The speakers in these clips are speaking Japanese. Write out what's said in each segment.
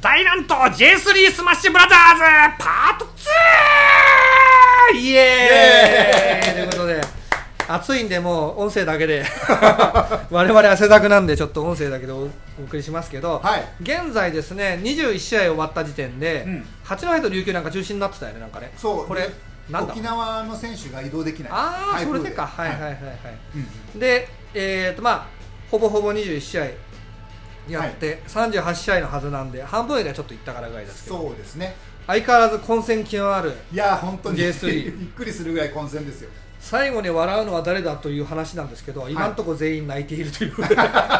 大乱闘 J3 スマッシュブラザーズパート 2 イエーイということで暑いんでもう音声だけで我々汗だくなんでちょっと音声だけでお送りしますけど、 はい、 現在ですね21試合終わった時点で、八戸と琉球なんか中止になってたよね。なんかね、 そうこれなんだ沖縄の選手が移動できない。 ああそれでか、はいはいはいはい、でまあほぼほぼ21試合やって、38試合のはずなんで半分よりはちょっといったからぐらいですけど、 そうですね、 相変わらず混戦気のある J3 いや本当にびっくりするぐらい混戦ですよ。 最後に笑うのは誰だという話なんですけど、今のところ全員泣いているという楽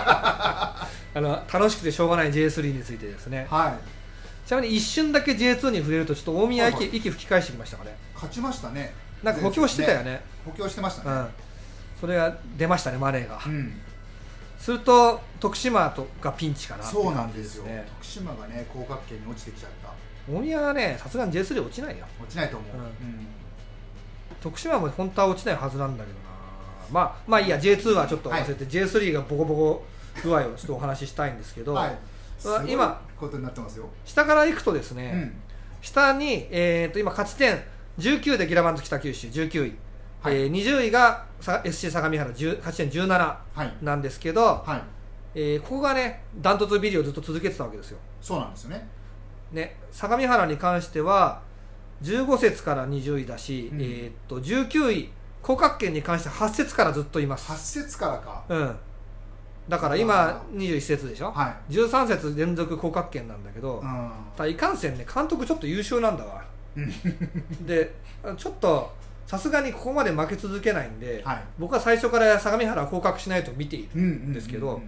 しくてしょうがない J3 についてですね、 はい、 ちなみに一瞬だけ J2 に触れるとちょっと大宮息吹き返してきましたかね。 勝ちましたね。 なんか補強してたよね。 補強してましたね、 それが出ましたね、マネーが、すると徳島がピンチかなっていうそうな感じですね。 んですよ、徳島がね降格圏に落ちてきちゃった。 大宮はねさすがに J3 落ちないよ。 落ちないと思う、 徳島も本当は落ちないはずなんだけどな。まあいいや、 J2 はちょっと忘れて、J3 がボコボコ具合をちょっとお話ししたいんですけど、今ことになってますよ。 下から行くとですね、下に、今勝ち点19でギラバンズ北九州19位、20位がSC 相模原勝ち点17なんですけど、ここがねダントツビリをずっと続けてたわけですよ。 そうなんですよね。 相模原に関しては15節から20位だし、19位降格圏に関しては8節からずっといます。 8節からか。 だから今21節でしょ、13節連続降格圏なんだけど、いかんせんね監督ちょっと優秀なんだわでちょっとさすがにここまで負け続けないんで、僕は最初から相模原は降格しないと見ているんですけど、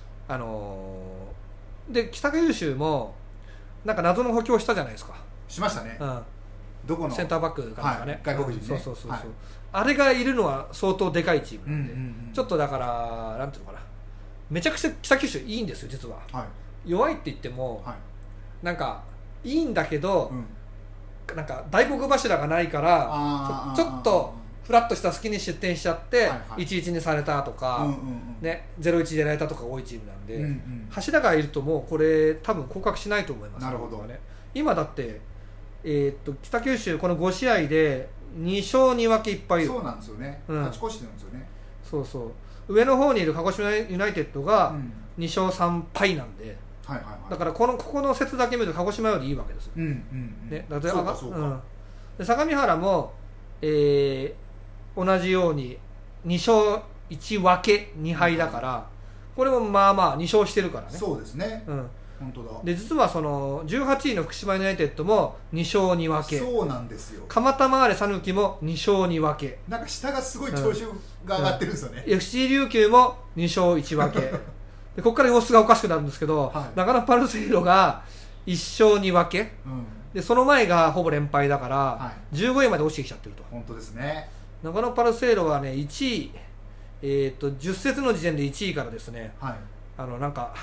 で北九州もなんか謎の補強したじゃないですか。 しましたね、どこのセンターバックかなんかね、 外国人ね、 そう、あれがいるのは相当でかいチームなんで、ちょっとだからなんていうのかな、めちゃくちゃ北九州いいんですよ実は、弱いって言っても、なんかいいんだけど、なんか大黒柱がないからちょっとフラッとした隙に失点しちゃって、1-1にされたとか、0-1でやられたとかが多いチームなんで、柱がいるともうこれ多分降格しないと思います。 なるほどね。 今だって北九州この5試合で2勝2分け1敗。 そうなんですよね、勝ち越してるんですよね。 そう上の方にいる鹿児島ユナイテッドが2勝3敗なんで、だからここの節だけ見ると鹿児島よりいいわけですよ。だって相模原も、同じように2勝1分け2敗だから、これもまあまあ2勝してるからね。 そうですね、本当だ。で実はその18位の福島ユナイテッドも2勝2分け。 そうなんですよ。 蒲田マーレ讃岐も2勝2分け。 なんか下がすごい調子が上がってるんですよね。 FC 琉球も2勝1分けでここから様子がおかしくなるんですけど、長野パルセイロが1勝2分け、でその前がほぼ連敗だから、15位まで落ちてきちゃってると。本当ですね。 長野パルセイロはね1位、10節の時点で1位からですね、なんか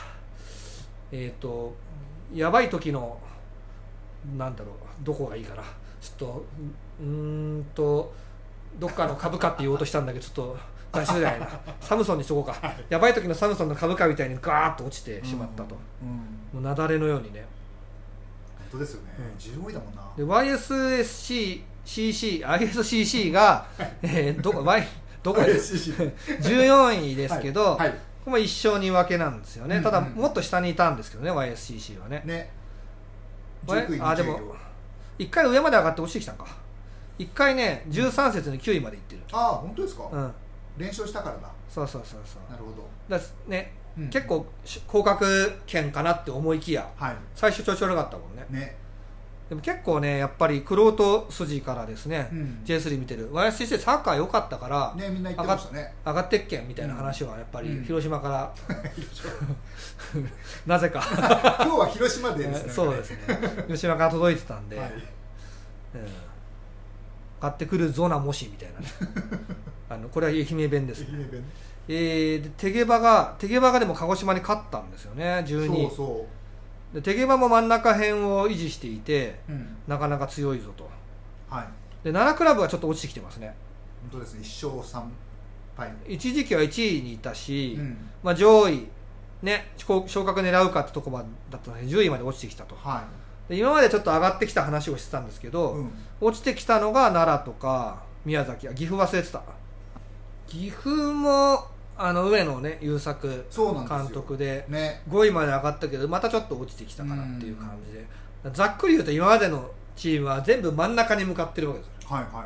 やばい時のなんだろう、どこがいいかな、ちょっとどっかの株価って言おうとしたんだけどちょっと出しづらいなサムソンにしとこうか、やばい時のサムソンの株価みたいにガーッと落ちてしまったと、もう雪崩のようにね。 本当ですよね、15位だもんな。 で ISCC がどこ14位ですけど、ここも1勝2分けなんですよね。ただもっと下にいたんですけどね YSCC はね。でも1回上まで上がって落ちてきたんか。1回ね13節に9位までいってる。 本当ですか。連勝したからだ。そう。なるほど。 だね、結構降格圏かなって思いきや、最初調子悪かったもんね。でも結構ねやっぱり玄人筋からですね、J3 見てる YSCC サッカー良かったから、 みんな言ってましたね、 上がってっけんみたいな話はやっぱり広島からなぜか今日は広島でですね。 そうですね、広島から届いてたんで、買ってくるぞなもしみたいなねこれは愛媛弁ですね。で手毛場がでも鹿児島に勝ったんですよね、12。で手毛場も真ん中辺を維持していて、なかなか強いぞと。で7クラブはちょっと落ちてきてますね。 本当ですね、1勝3敗。 一時期は1位にいたし、上位ね、昇格狙うかってとこまでだったので10位まで落ちてきたと、 はい、 で今までちょっと上がってきた話をしてたんですけど、落ちてきたのが奈良とか宮崎、岐阜忘れてた。岐阜も上野ね優作監督で5位まで上がったけどまたちょっと落ちてきたかなっていう感じで、ざっくり言うと今までのチームは全部真ん中に向かってるわけですよ、はいはいはいはい、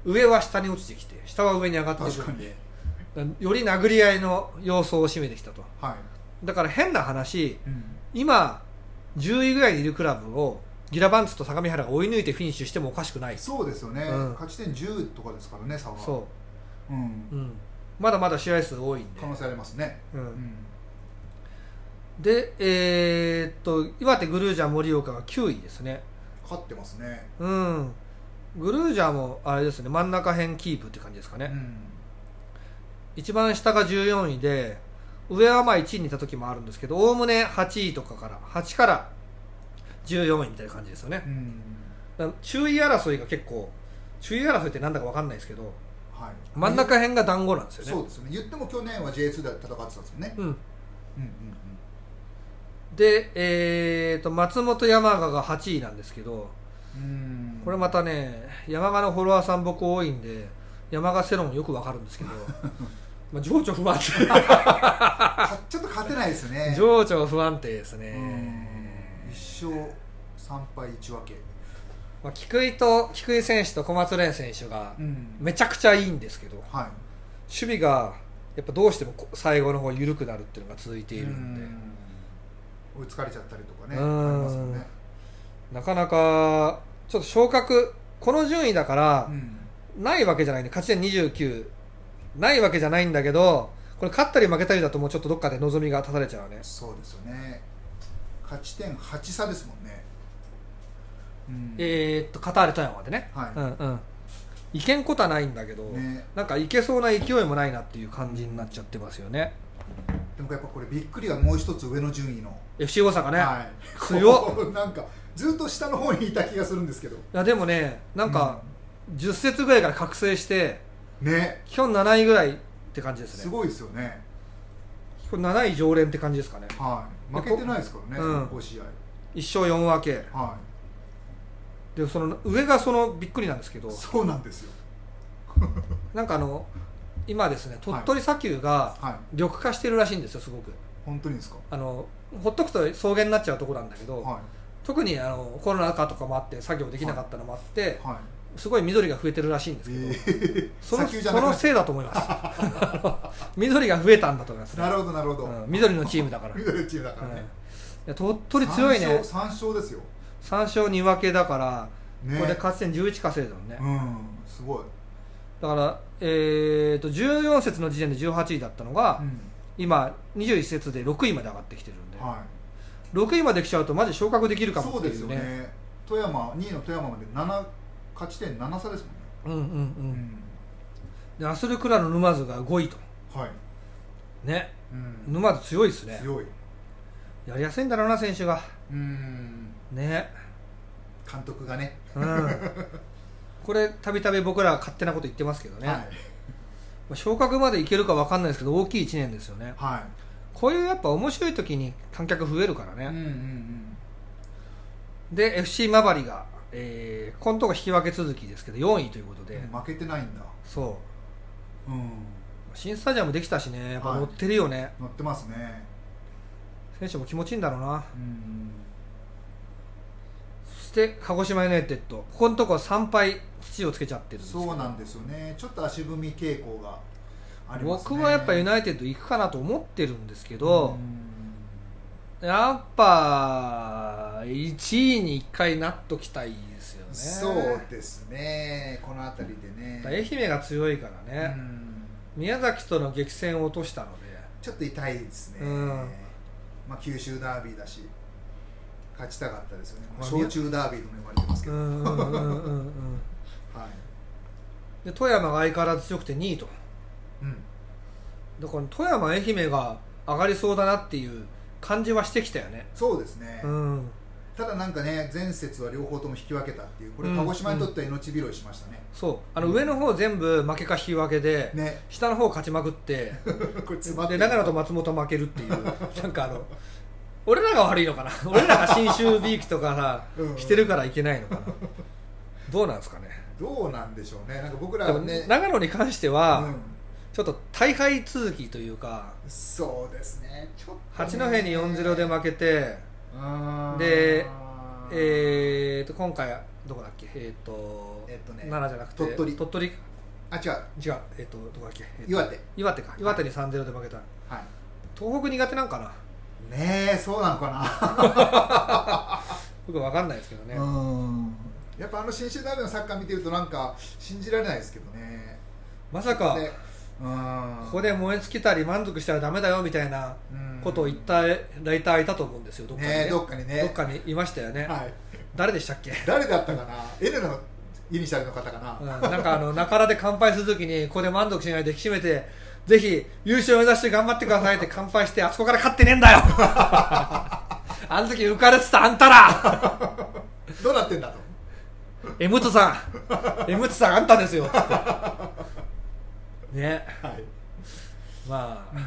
上は下に落ちてきて下は上に上がってくるんでより殴り合いの様相を占めてきたと、はい、だから変な話、今10位ぐらいにいるクラブをギラバンツと相模原が追い抜いてフィニッシュしてもおかしくない。 そうですよね、勝ち点10とかですからね差は。そう、 まだまだ試合数多いんで可能性ありますね、 で岩手グルージャ盛岡が9位ですね。 勝ってますね。 グルージャもあれですね、真ん中辺キープって感じですかね、一番下が14位で上はまあ1位にいた時もあるんですけど、おおむね8位とかから8から14位みたいな感じですよね、だから中位争いが結構、中位争いってなんだか分かんないですけど、はい、真ん中辺が団子なんですよね。 そうですよね。言っても去年は J2 で戦ってたんですよね。 で、松本山雅が8位なんですけど、これまたね山雅のフォロワーさん僕多いんで山雅世論よく分かるんですけどまあ情緒不安定ちょっと勝てないですね。 情緒不安定ですね。 1勝3敗1分け、 まあ、菊井選手と小松蓮選手がめちゃくちゃいいんですけど、はい、守備がやっぱどうしても最後の方緩くなるっていうのが続いているんで、 追いつかれちゃったりとかね、ありますよね。 なかなかちょっと昇格この順位だから、ないわけじゃないね。勝ち点29ないわけじゃないんだけど、これ勝ったり負けたりだともうちょっとどっかで望みが立たれちゃうね。 そうですよね。勝ち点8差ですもんね。 カタール富山までね、いけんことはないんだけど、なんかいけそうな勢いもないなっていう感じになっちゃってますよね。 でもやっぱこれびっくりがもう一つ上の順位の FC 大阪ね、 強っなんかずっと下の方にいた気がするんですけど、いやでもねなんか10節ぐらいから覚醒してね、 基本7位ぐらいって感じですね。 すごいですよね。 これ7位常連って感じですかね。 負けてないですからね、5試合 1勝4分け、でその上がそのびっくりなんですけど、 そうなんですよなんか今ですね鳥取砂丘が緑化してるらしいんですよ、すごく。 本当にですか。 ほっとくと草原になっちゃうところなんだけど、特にコロナ禍とかもあって作業できなかったのもあって、すごい緑が増えてるらしいんですけど、そのせいだと思います緑が増えたんだと思いますね。 なるほどなるほど、 緑のチームだから緑のチームだからね、 鳥取強いね。 3勝ですよ。 3勝2分けだから、これで勝ち点11稼いだのね。 すごい。 だから、14節の時点で18位だったのが、今21節で6位まで上がってきてるんで、6位まで来ちゃうとマジ昇格できるかもっていうね。そうですよね。 2位の富山まで勝ち点7差ですもんね。 でアスルクラの沼津が5位と、ね、沼津強いですね。 強い。 やりやすいんだろうな選手が。ね、 監督がね、 これたびたび僕らは勝手なこと言ってますけどね、昇格までいけるか分かんないですけど大きい1年ですよね、こういうやっぱ面白い時に観客増えるからね。で FC マバリが、このとこ引き分け続きですけど4位ということで、 負けてないんだ。 そう、新スタジアムできたしね、やっぱ乗ってるよね。 乗ってますね。 選手も気持ちいいんだろうな。そして鹿児島ユナイテッド、ここのとこ3敗土をつけちゃってるんですけど。 そうなんですよね。ちょっと足踏み傾向がありますね。 僕はやっぱユナイテッド行くかなと思ってるんですけど、やっぱ1位に1回なっときたいですよね。 そうですね、この辺りでね。 愛媛が強いからね、宮崎との激戦を落としたのでちょっと痛いですね。九州ダービーだし勝ちたかったですよね。焼酎ダービーとも呼ばれてますけど、 で富山が相変わらず強くて2位と、だから富山愛媛が上がりそうだなっていう感じはしてきたよね。 そうですね、 ただなんかね、前節は両方とも引き分けたっていう、これ鹿児島にとっては命拾いしましたね。 そう上の方全部負けか引き分けで、ね、下の方勝ちまくってで長野と松本負けるっていうなんか俺らが悪いのかな俺らが信州ビーキとかさしてるからいけないのかなどうなんですかね。 どうなんでしょうね。なんか僕らはね、 長野に関しては、ちょっと大敗続きというか、 そうですね、ちょっとね、 八戸に 4-0 で負けて、で今回はどこだっけ、奈良じゃなくて鳥取、 あ、違うどこだっけ、 岩手か、岩手に 3-0 で負けた、はい、東北苦手なんかなねえ、そうなのかな僕は分かんないですけどね。 やっぱ信州ダービーのサッカー見てるとなんか信じられないですけどね。 まさかここで燃え尽きたり満足したらダメだよみたいなことを言ったライターいたと思うんですよ、どっかにいましたよね、はい、誰でしたっけ、 誰だったかな、N のイニシャルの方かな、 なんか中原で乾杯するときにここで満足しないで引き締めてぜひ優勝を目指して頑張ってくださいって乾杯して、あそこから勝ってねえんだよあの時浮かれてたあんたらどうなってんだとエムツさんあんたですよってね、はい、まあ、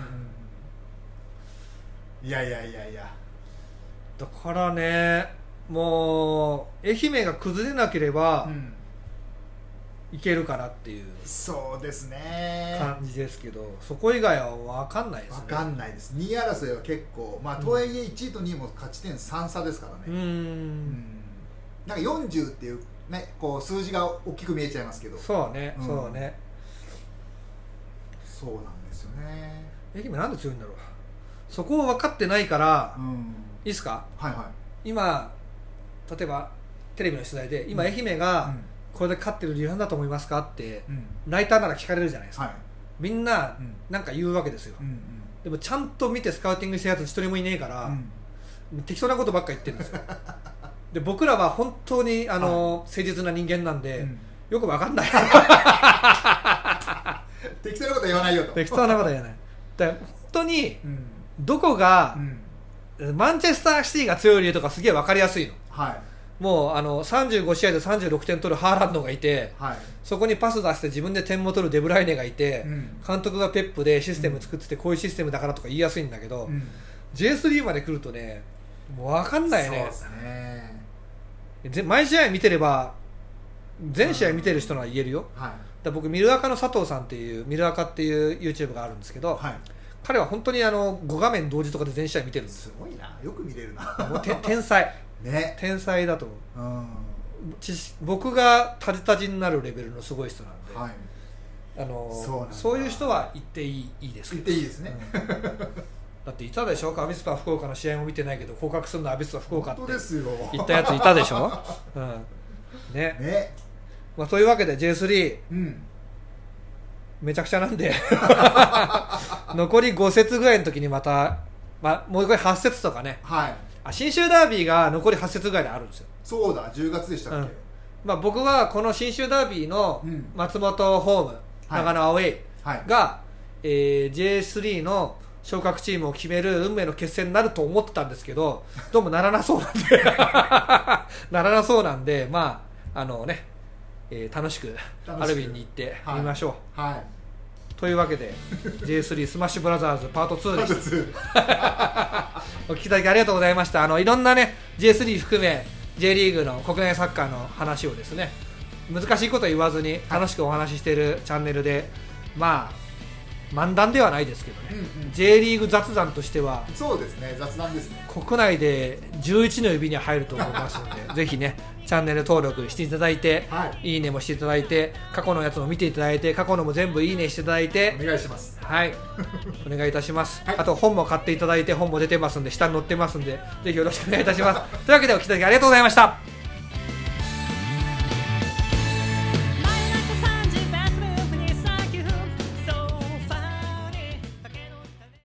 いやだからね、もう愛媛が崩れなければ、いけるかなっていうそうですね感じですけど、そこ以外は分かんないですね。 分かんないです。2位争いは結構、まあとはいえ1位と2位も勝ち点3差ですからね。なんか40っていうね、こう数字が大きく見えちゃいますけど、 そうね、そうね、 そうなんですよね。 愛媛なんで強いんだろう。そこを分かってないから、いいっすか、 はいはい、 今例えばテレビの取材で今愛媛がこれで勝ってる理由なんだと思いますかって、ライターなら聞かれるじゃないですか、はい、みんななんか言うわけですよ、でもちゃんと見てスカウティングしたやつ一人もいねえから、適当なことばっか言ってるんですよで僕らは本当に誠実な人間なんで、よく分かんない適当なこと言わないよと。 適当なこと言わないだから本当にどこが、マンチェスターシティが強い理由とかすげえ分かりやすいの、はい、もう35試合で36点取るハーランドがいて、はい、そこにパス出して自分で点も取るデブライネがいて、監督がペップでシステム作っててこういうシステムだからとか言いやすいんだけど、J3 まで来るとね、もう分かんないね。そうですね。毎試合見てれば全試合見てる人なら言えるよ、はい、だ僕ミルアカの佐藤さんっていうミルアカっていう YouTube があるんですけど、はい、彼は本当に5画面同時とかで全試合見てるんですよ。 すごいな、よく見れるな。 もう天才、ね、天才だと思う、僕がタジタジになるレベルのすごい人なんで、はい、そういう人は言っていいですけど、 言っていいですね、 だっていたでしょ、アビスパ福岡の試合も見てないけど降格するのはアビスパ福岡って言ったやついたでしょ、ね、まあ、というわけで J3、めちゃくちゃなんで残り5節ぐらいの時にまた、もう一回8節とかね、はい、信州ダービーが残り8節ぐらいであるんですよ。 そうだ、10月でしたっけ、 僕はこの信州ダービーの松本ホーム、長野アウェイが、J3 の昇格チームを決める運命の決戦になると思ってたんですけど、どうもならなそうなんでまあ楽しくアルビンに行ってみましょう、はいはい、というわけでJ3 スマッシュブラザーズパート2でしたお聞きいただきありがとうございました。いろんなね J3 含め J リーグの国内サッカーの話をですね、難しいこと言わずに楽しくお話ししているチャンネルで、まあ漫談ではないですけどね、J リーグ雑談としては、 そうですね、雑談ですね、 国内で11の指に入ると思いますのでぜひねチャンネル登録していただいて、いいねもしていただいて、過去のやつも見ていただいて、過去のも全部いいねしていただいてお願いします。 はいお願いいたします、あと本も買っていただいて、本も出てますんで下に載ってますんでぜひよろしくお願いいたしますというわけでお聞きいただきありがとうございました。